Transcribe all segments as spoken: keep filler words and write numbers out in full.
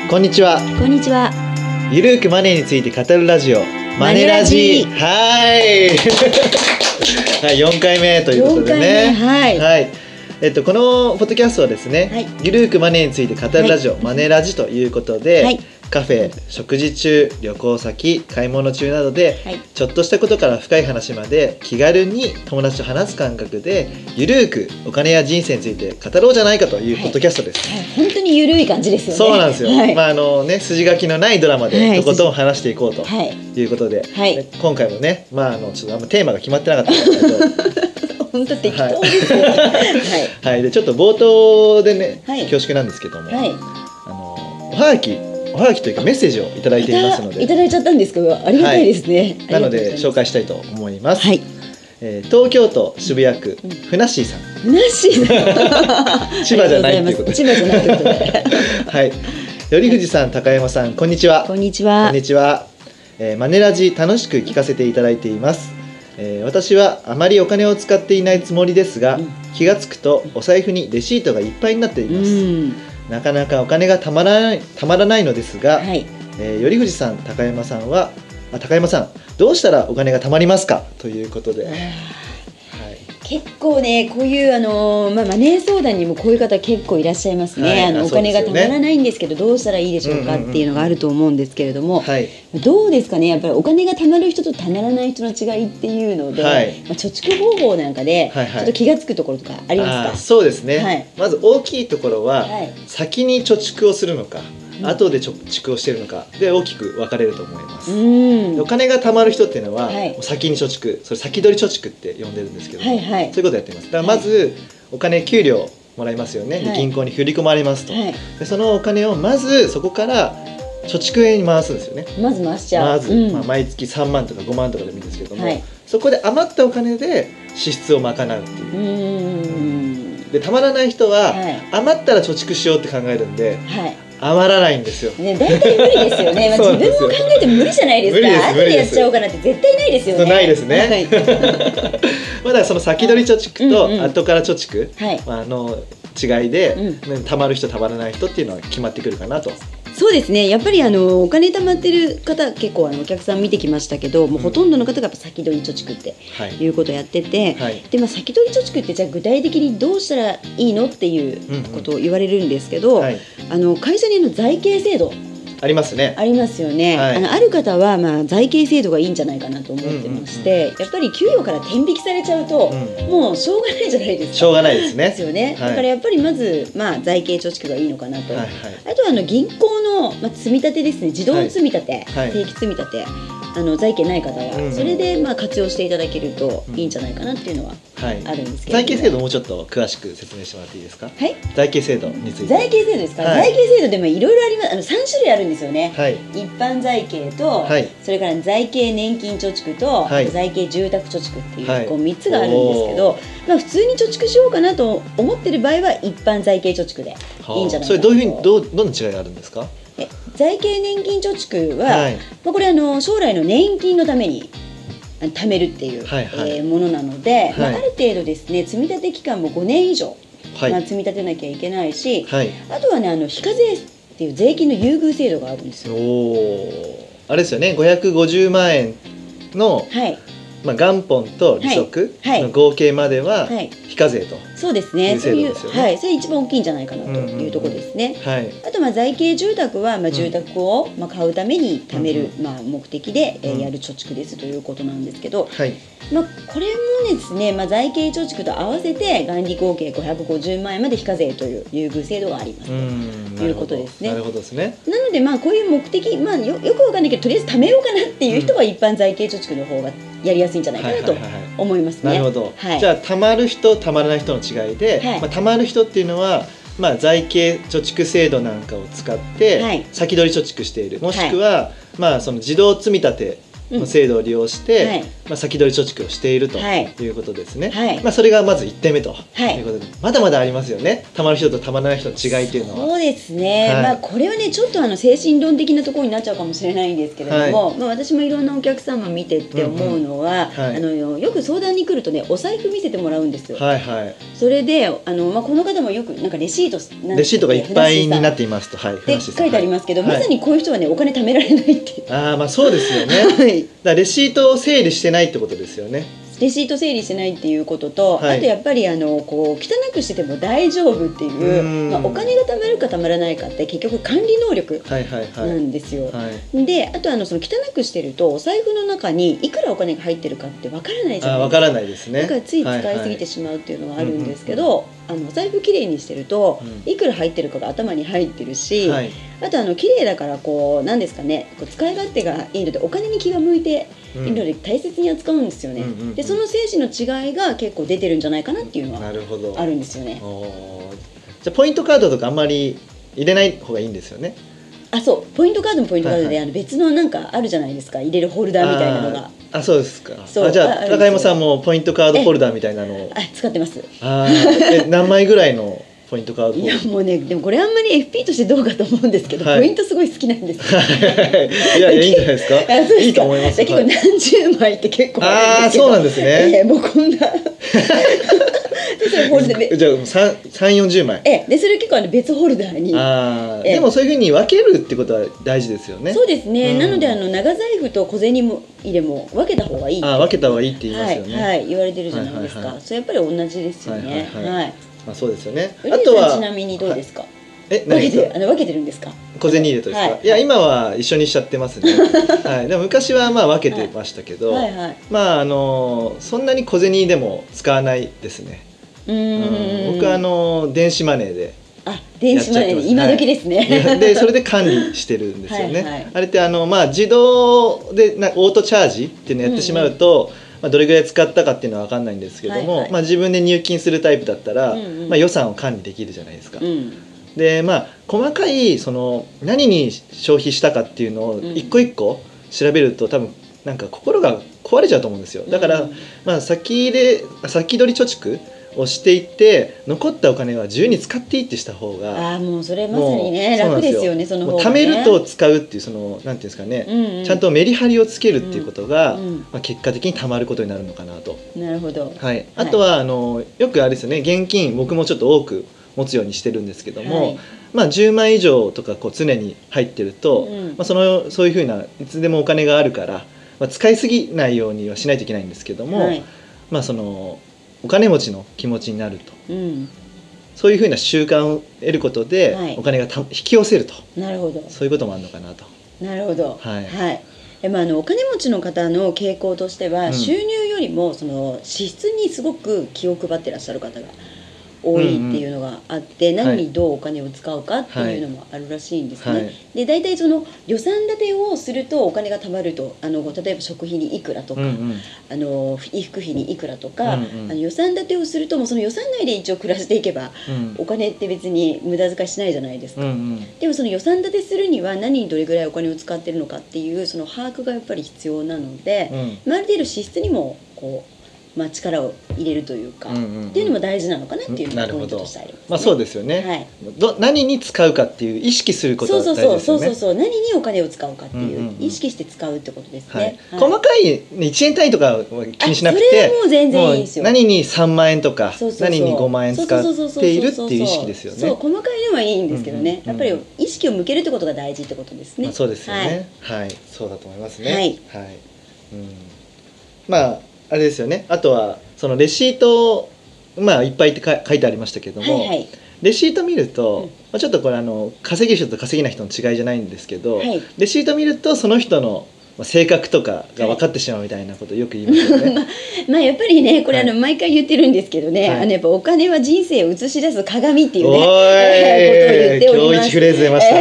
こんにちは。 こんにちは。 ゆるーくマネーについて語るラジオマネラジ。はいはい、よんかいめということでね。 はい、 はい、えっとこのポッドキャストはですね、はい、ゆるーくマネーについて語るラジオ、はい、マネラジということで、はい、カフェ、食事中、旅行先、買い物中などで、はい、ちょっとしたことから深い話まで気軽に友達と話す感覚でゆるーくお金や人生について語ろうじゃないかというポッドキャストです。 はいはい、本当にゆるい感じですよね。 そうなんですよ。 はい、 まああのね、筋書きのないドラマでとことん話していこうということで、はい、今回もね、まああのちょっとあんまテーマが決まってなかったんですけど。 本当適当ですね。はい、 はい、でちょっと冒頭でね、はい、恐縮なんですけども、はい、あのおはがきおはがきというかメッセージをいただいていますので、 いただいちゃったんですか。ありがたいですね。 はい、なので紹介したいと思います。はい、えー、東京都渋谷区、うん、ふなっしーさん。 ふなっしーさん。 千葉じゃないということで。 千葉じゃないということで。 はい。頼藤さん、高山さん、こんにちは。 こんにちは。 こんにちは。えー、マネラジ楽しく聞かせていただいています。えー、私はあまりお金を使っていないつもりですが、うん、気がつくとお財布にレシートがいっぱいになっています。うん、なかなかお金がたまらないたまらないのですが、はい、えー、頼藤さん、高山さんはあ高山さんどうしたらお金がたまりますかということで、はい、 結構ねこういうあの、まあ、マネー相談にもこういう方結構いらっしゃいますね。はい、あのお金がたまらないんですけどどうしたらいいでしょうかっていうのがあると思うんですけれども、はい、どうですかね。やっぱりお金がたまる人とたまらない人の違いっていうので、はい、まあ、貯蓄方法なんかでちょっと気がつくところとかありますか。はいはい、あそうですね。はい、まず大きいところは、はい、 先に貯蓄をするのか、後で貯蓄をしているのかで大きく分かれると思います。うん、お金が貯まる人っていうのは、はい、先に貯蓄、それ先取り貯蓄って呼んでるんですけども、はいはい、そういうことをやっています。だからまず、はい、お金給料もらいますよね。で銀行に振り込まれますと、はい、でそのお金をまずそこから貯蓄に回すんですよね。まず回しちゃう。まず、うん、まあ、毎月さんまんとかごまんとかでもいいんですけども、はい、そこで余ったお金で支出を賄うっていう。うんでたまらない人は、はい、余ったら貯蓄しようって考えるんで、はい、余らないんですよ。ね、大体無理ですよね。まあ、自分も考えても無理じゃないですか。後でやっちゃおうかなって絶対ないですよね。 ないですね。はい、まだその先取り貯蓄と後から貯蓄、うんうん、の違いで、うん、たまる人たまらない人っていうのは決まってくるかなと。 そうですね。やっぱりあのお金貯まってる方結構あのお客さん見てきましたけど、もうほとんどの方がやっぱ先取り貯蓄っていうことをやってて、はい、でまあ先取り貯蓄ってじゃあ具体的にどうしたらいいのっていうことを言われるんですけど、うんうん、はい、あの会社にの財形制度ありますね。 ありますよね。はい、あのある方はまあ財形制度がいいんじゃないかなと思ってまして、うんうんうん、やっぱり給与から天引きされちゃうと、うん、もうしょうがないじゃないですか。 しょうがないですね。 ですよね。はい、だからやっぱりまずまあ財形貯蓄がいいのかなと。はいはい、あとはあの銀行のまあ積み立てですね。自動積み立て、はい、定期積み立て。あの財形ない方は、うん、それでまあ活用していただけるといいんじゃないかなっていうのはあるんですけど、 財形制度もうちょっと詳しく説明してもらっていいですか。はい、財形制度について。 財形制度ですか。はい、財形制度でもいろいろあります。あのさん種類あるんですよね。はい、一般財形と、はい、それから財形年金貯蓄と、はい、財形住宅貯蓄っていう、はい、こうみっつがあるんですけど、まあ、普通に貯蓄しようかなと思ってる場合は一般財形貯蓄でいいんじゃないかなと。 それどういうふうにどうどんな違いがあるんですか。 え財形年金貯蓄は、はい、まあ、これあの将来の年金のために貯めるっていう、はいはい、えー、ものなので、はい、まあ、ある程度ですね積み立て期間もごねん以上、はい、まあ、積み立てなきゃいけないし、はい、あとはねあの非課税っていう税金の優遇制度があるんですよ。 おあれですよね。ごひゃくごじゅうまんえんの、はい、まあ、元本と利息の合計までは非課税と、はいはい、そうですね。 そういう、はい、それ一番大きいんじゃないかなというところですね。はい、あとまあ財形住宅はまあ住宅をまあ買うために貯める、うん、まあ目的でえやる貯蓄ですということなんですけど、はい、まあこれもですね、まあ財形貯蓄と合わせて元利合計ごひゃくごじゅうまんえんまで非課税という優遇制度がありますということですね。 なるほどですね。 なのでまあこういう目的、まあよよくわかんないけどとりあえず貯めようかなっていう人は一般財形貯蓄の方がやりやすいんじゃないかなと思いますね。 なるほど。はい、じゃあ貯まる人貯まらない人の違いで、はい、まあ、貯まる人っていうのは、まあ、財形貯蓄制度なんかを使って先取り貯蓄している、もしくは、はい、まあ、その自動積み立ての制度を利用して、うん、はい、まあ、先取り貯蓄をしているということですね、はい、まあ、それがまずいってんめということで、はい、まだまだありますよね、たまる人とたまらない人の違いというのは。 そうですね、はい、まあ、これはねちょっとあの精神論的なところになっちゃうかもしれないんですけれども、はい、まあ、私もいろんなお客様見てって思うのは、うんうん、はい、あのよく相談に来るとねお財布見せてもらうんですよ、はいはい、それであの、まあ、この方もよくなんかレシートレシートがいっぱいになっていますと、はい、 って書いてありますけど、はい、まさにこういう人はねお金貯められないっていう。 ああ、まあそうですよね、はい、だからレシートを整理してないってことですよね。 レシート整理してないっていうことと、はい、あとやっぱりあのこう汚くしてても大丈夫っていう、まあ、お金が貯まるか貯まらないかって結局管理能力なんですよ、はいはいはい、であとあのその汚くしてるとお財布の中にいくらお金が入ってるかってわからないじゃないですか。 わからないですね。 だからつい使いすぎてしまうっていうのはあるんですけど、あのお財布きれいにしてると、うん、いくら入ってるかが頭に入ってるし、はい、あとあのきれいだからこうなんですかね、こう使い勝手がいいのでお金に気が向いているので大切に扱うんですよね、うんうんうん、でその精神の違いが結構出てるんじゃないかなっていうのはあるんですよね。 じゃあポイントカードとかあんまり入れない方がいいんですよね。 あ、そうポイントカードもポイントカードで、はいはい、あの別のなんかあるじゃないですか、入れるホルダーみたいなのが。 あ、そうですか。あ、じゃあ高山さんもポイントカードホルダーみたいなのをあ使ってます。 あえ何枚ぐらいのポイントカード？ いやもうね、でもこれあんまり エフピー としてどうかと思うんですけど、はい、ポイントすごい好きなんですよ。 いやいやいいんじゃないですか。あ、そうですか。いいと思います。 結構何十枚って結構あるんですけど。ああ、そうなんですね。 えー、もうこんなでそれホルダーじゃあさん、よんじゅうまい。 えでそれ結構あの別ホルダーに。 あでもそういうふうに分けるってことは大事ですよね。 そうですね、うん、なのであの長財布と小銭も入れも分けた方がいい。 あ分けた方がいいって言いますよね。 はい、はい、言われてるじゃないですか、はいはいはい、それやっぱり同じですよね。はい、はいはい、 まあ、そうですよね。 あとはちなみにどうですか。はい、 え分けてあの分けてるんですか。 小銭入れとですか。はい、いや今は一緒にしちゃってますね。はい。でも昔はまあ分けてましたけど、はいはいはい、まああのそんなに小銭でも使わないですね。うん、僕はあの電子マネーで。 あ、電子マネーで今時ですね。 はい、でそれで管理してるんですよね。はいはい、あれってあのまあ自動でなオートチャージっていうのをやってしまうと。うんうん、まあ、どれぐらい使ったかっていうのは分かんないんですけども、はいはい、まあ、自分で入金するタイプだったら、うんうん、まあ、予算を管理できるじゃないですか。うん、でまあ細かいその何に消費したかっていうのを一個一個調べると多分なんか心が壊れちゃうと思うんですよ。だから、うん、まあ、先入れ先取り貯蓄をしていって残ったお金は自由に使っていいってした方が、 あもうそれまさにね楽ですよね。その方がね、 貯めると使うっていうそのなんていうんですかね、うんうん、ちゃんとメリハリをつけるっていうことが、うんうん、まあ、結果的に貯まることになるのかなと。 なるほど。 はい。あとは、はい、あのよくあれですよね、現金僕もちょっと多く持つようにしてるんですけども、はい、まあじゅうまい以上とかこう常に入ってると、うん、まあ、そのそういうふうないつでもお金があるから、まあ、使いすぎないようにはしないといけないんですけども、はい、まあそのお金持ちの気持ちになると、うん、そういうふうな習慣を得ることで、はい、お金がた引き寄せると。 なるほど。 そういうこともあるのかなと。 なるほど。はい、はい。えまあ、あのお金持ちの方の傾向としては、うん、収入よりもその支出にすごく気を配ってらっしゃる方が多いっていうのがあって、うんうん、何にどうお金を使うかっていうのもあるらしいんですね。はい、で大体その予算立てをするとお金が貯まると、あの例えば食費にいくらとか、うんうん、あの衣服費にいくらとか、うんうん、あの予算立てをするともうその予算内で一応暮らしていけば、うん、お金って別に無駄遣いしないじゃないですか。うんうん、でもその予算立てするには何にどれぐらいお金を使ってるのかっていうその把握がやっぱり必要なので、うん、ある程度支出にもこうまあ、力を入れるというか、うんうんうん、っていうのも大事なのかなっていうのがポイントとしてありますね。 まあ、そうですよね、はい、ど何に使うかっていう意識することが大事ですよね。 そうそうそうそうそう、何にお金を使うかっていう、うんうんうん、意識して使うってことですね。はいはい、細かいいちえん単位とかは気にしなくて、 それはもう全然いいですよ。 何にさんまんえんとかそうそうそう何にごまんえん使っているっていう意識ですよね。 そう細かいのはいいんですけどね、うんうんうん、やっぱり意識を向けるってことが大事ってことですね。 まあ、そうですよね、はい、はい、そうだと思いますね。はい、はい、うん、まああれですよね。あとはそのレシート、まあ、いっぱいって書いてありましたけども、はいはい、レシート見ると、うん、まあ、ちょっとこれあの稼ぎ人と稼ぎない人の違いじゃないんですけど、はい、レシート見るとその人の性格とかが分かってしまうみたいなことをよく言いますよね。まあ、 まあやっぱりねこれあの毎回言ってるんですけどね、はい、あのやっぱお金は人生を映し出す鏡っていうね、ことを言っております。今日一フレーズ出ました。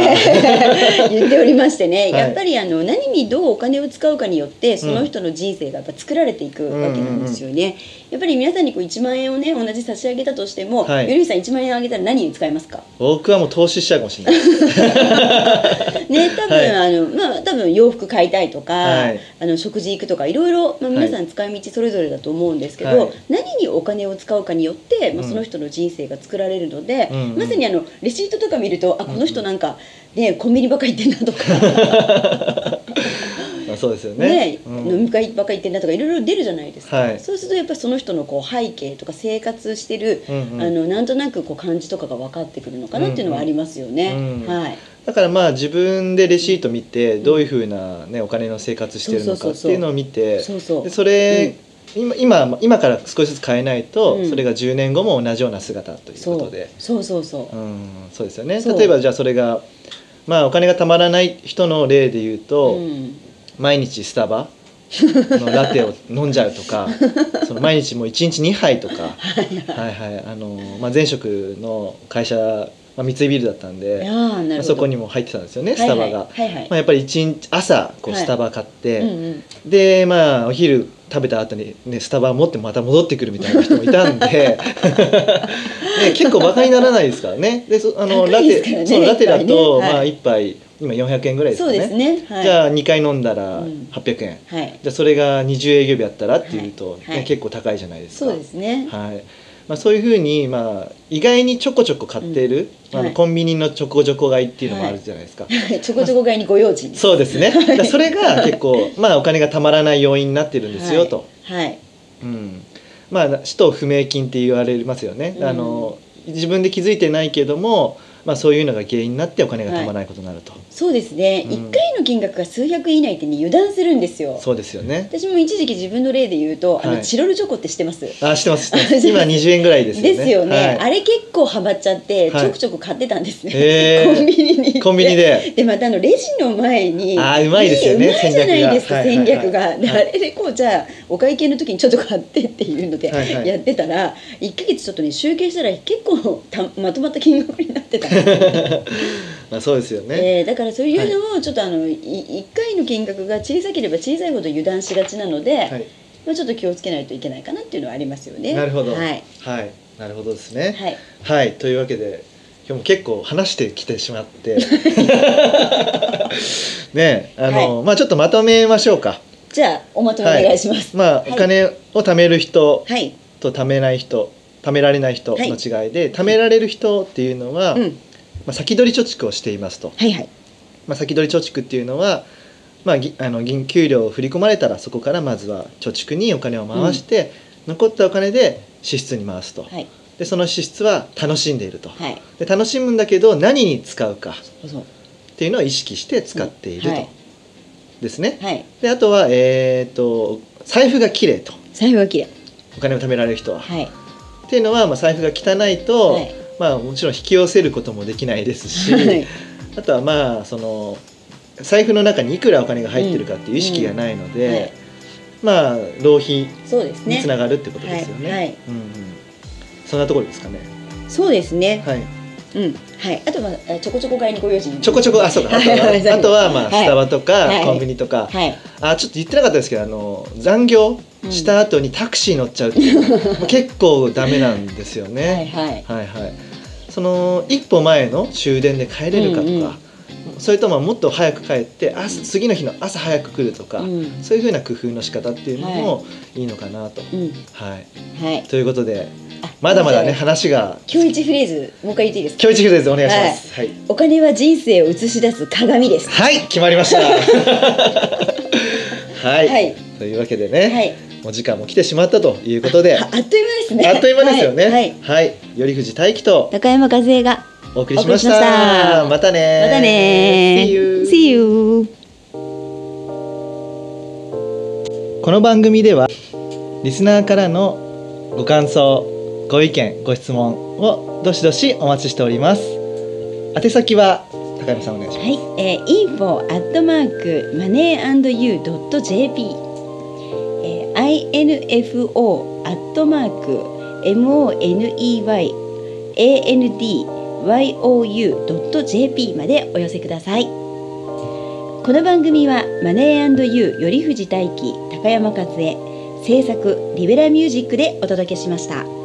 言っておりましてね、はい、やっぱりあの何にどうお金を使うかによってその人の人生がやっぱ作られていくわけなんですよね。 やっぱり皆さんにこういちまんえんをね同じ差し上げたとしても、はい、頼藤さんいちまんえんあげたら何に使いますか？ 僕はもう投資しちゃうかもしれないね、多分、はい、あのまあ多分洋服買いたいとか、はい、あの食事行くとかいろいろ、まあ、皆さん使い道それぞれだと思うんですけど、はい、何にお金を使うかによって、まあ、その人の人生が作られるので、うん、まさにあのレシートとか見ると、あ、この人なんかねコンビニばっかり行ってんなとかそうですよね、 ね、うん、飲み会ばっかり行ってんなとかいろいろ出るじゃないですか、はい、そうするとやっぱりその人のこう背景とか生活してる、うんうん、あのなんとなくこう感じとかが分かってくるのかなっていうのはありますよね、うんうん、はい、 だからまあ自分でレシート見てどういうふうな、ね、お金の生活してるのかっていうのを見て、それ、うん、今, 今, 今から少しずつ変えないと、うん、それがじゅうねんごも同じような姿ということで、 そうそうそうそう、 うん、そうですよね。例えばじゃあそれがまあお金がたまらない人の例で言うと、うん、毎日スタバのラテを飲んじゃうとかその毎日もういちにちにはいとかはいはいあの、まあ、前職の会社、まあ、三井ビルだったんで、まあ、そこにも入ってたんですよね、スタバが、はいはいはいはい、まあ、やっぱり一日朝こうスタバ買って、はい、うんうん、でまあお昼食べた後に、ね、スタバ持ってまた戻ってくるみたいな人もいたんで、ね、結構バカにならないですからね。でそあのラテ、ね、そうラテだと、ね、まあ、いっぱい今よんひゃくえんぐらいですかね。そうですね、はい、じゃあにかい飲んだらはっぴゃくえん、うん、はい、じゃあそれがにじゅう営業日やったらっていうと、ね、はい、結構高いじゃないですか。 そうですね、 はい、まあ、そういうふうに、まあ、意外にちょこちょこ買っている、うん、あのコンビニのちょこちょこ買いっていうのもあるじゃないですか、 はい、ちょこちょこ買いにご用心、 まあ、そうですね、だそれが結構、まあ、お金がたまらない要因になってるんですよ、はい、と、はい、うん、まあ使途不明金って言われますよね、うん、あの自分で気づいてないけども、まあ、そういうのが原因になってお金がたまらないことになると、はい、 そうですね、うん、いっかいの金額が数百円以内って、ね、油断するんですよ。 そうですよね。 私も一時期自分の例で言うと、はい、あのチロルチョコって知ってます？ あ、知ってます、知ってます今にじゅうえんぐらいですよね。 ですよね、はい、あれ結構ハマっちゃってちょくちょく買ってたんですね、はい、コンビニに行ってコンビニででまたあのレジの前にあうまいですよね、 うまいじゃないですか戦略が、はいはいはい、あれでこうじゃあお会計の時にちょっと買ってっていうのでやってたら、はいはい、いっかげつちょっとね集計したら結構たまとまった金額になってたんですよまあそうですよね、 えー、だからそういうのをちょっとあの、はい、いっかいの金額が小さければ小さいほど油断しがちなので、はい、まあ、ちょっと気をつけないといけないかなっていうのはありますよね。 なるほど、はい、はい、なるほどですね、はい、はい、というわけで今日も結構話してきてしまってね、あの、はい、まあちょっとまとめましょうか。 じゃあおまとめお願いします、 はい、まあ、はい、お金を貯める人と貯めない人、貯められない人の違いで、はい、貯められる人っていうのは、うん、まあ、先取り貯蓄をしていますと、はいはい、まあ、先取り貯蓄っていうのは、まあ、あの銀給料を振り込まれたらそこからまずは貯蓄にお金を回して、うん、残ったお金で支出に回すと、はい、でその支出は楽しんでいると、はい、で楽しむんだけど何に使うかっていうのを意識して使っていると、はい、ですね、はい、であとは、えー、と財布がきれいと、 財布がきれい、 お金を貯められる人は、はい、っていうのは、まあ、財布が汚いと、はい、まあ、もちろん引き寄せることもできないですし、はい、あとはまあその財布の中にいくらお金が入ってるかっていう意識がないので、うんうん、はい、まあ浪費につながるってことですよね。はいはい、うんうん、そんなところですかね。 そうですね。はい。うん、はい。あとはちょこちょこ買いにご用心。 ちょこちょこ、あ、そうか。あとは、あとはまあスタバとか、はい、コンビニとか、はい、あ、ちょっと言ってなかったですけど、あの残業した後にタクシー乗っちゃうっていう、うん、結構ダメなんですよね。はいはい。はいはい。その一歩前の終電で帰れるかとか。うんうん、それとももっと早く帰って朝次の日の朝早く来るとか、うん、そういうふうな工夫の仕方っていうのもいいのかなと、はい、はいはい、ということでまだまだね話が今日一フレーズもう一回言っていいですか。 今日一フレーズお願いします、はいはい、 お金は人生を映し出す鏡です。 はい、決まりましたはい、はい、というわけでね、はい、お時間も来てしまったということであ, あっという間ですね。 あっという間ですよね。はい、はいはい、頼藤大樹と高山和恵がお送りしました。またね。 またね。See you. See you. この番組ではリスナーからのご感想、ご意見、ご質問をどしどしお待ちしております。宛先は高山さんお願いします。はい、 えー、インフォ アットマークマネーアンドユードットジェーピー、えー、インフォ アットマーク モネイアンドワイオーユードットジェーピー までお寄せください。この番組はマネーアンドユー頼藤大樹、高山和恵、 制作リベラミュージックでお届けしました。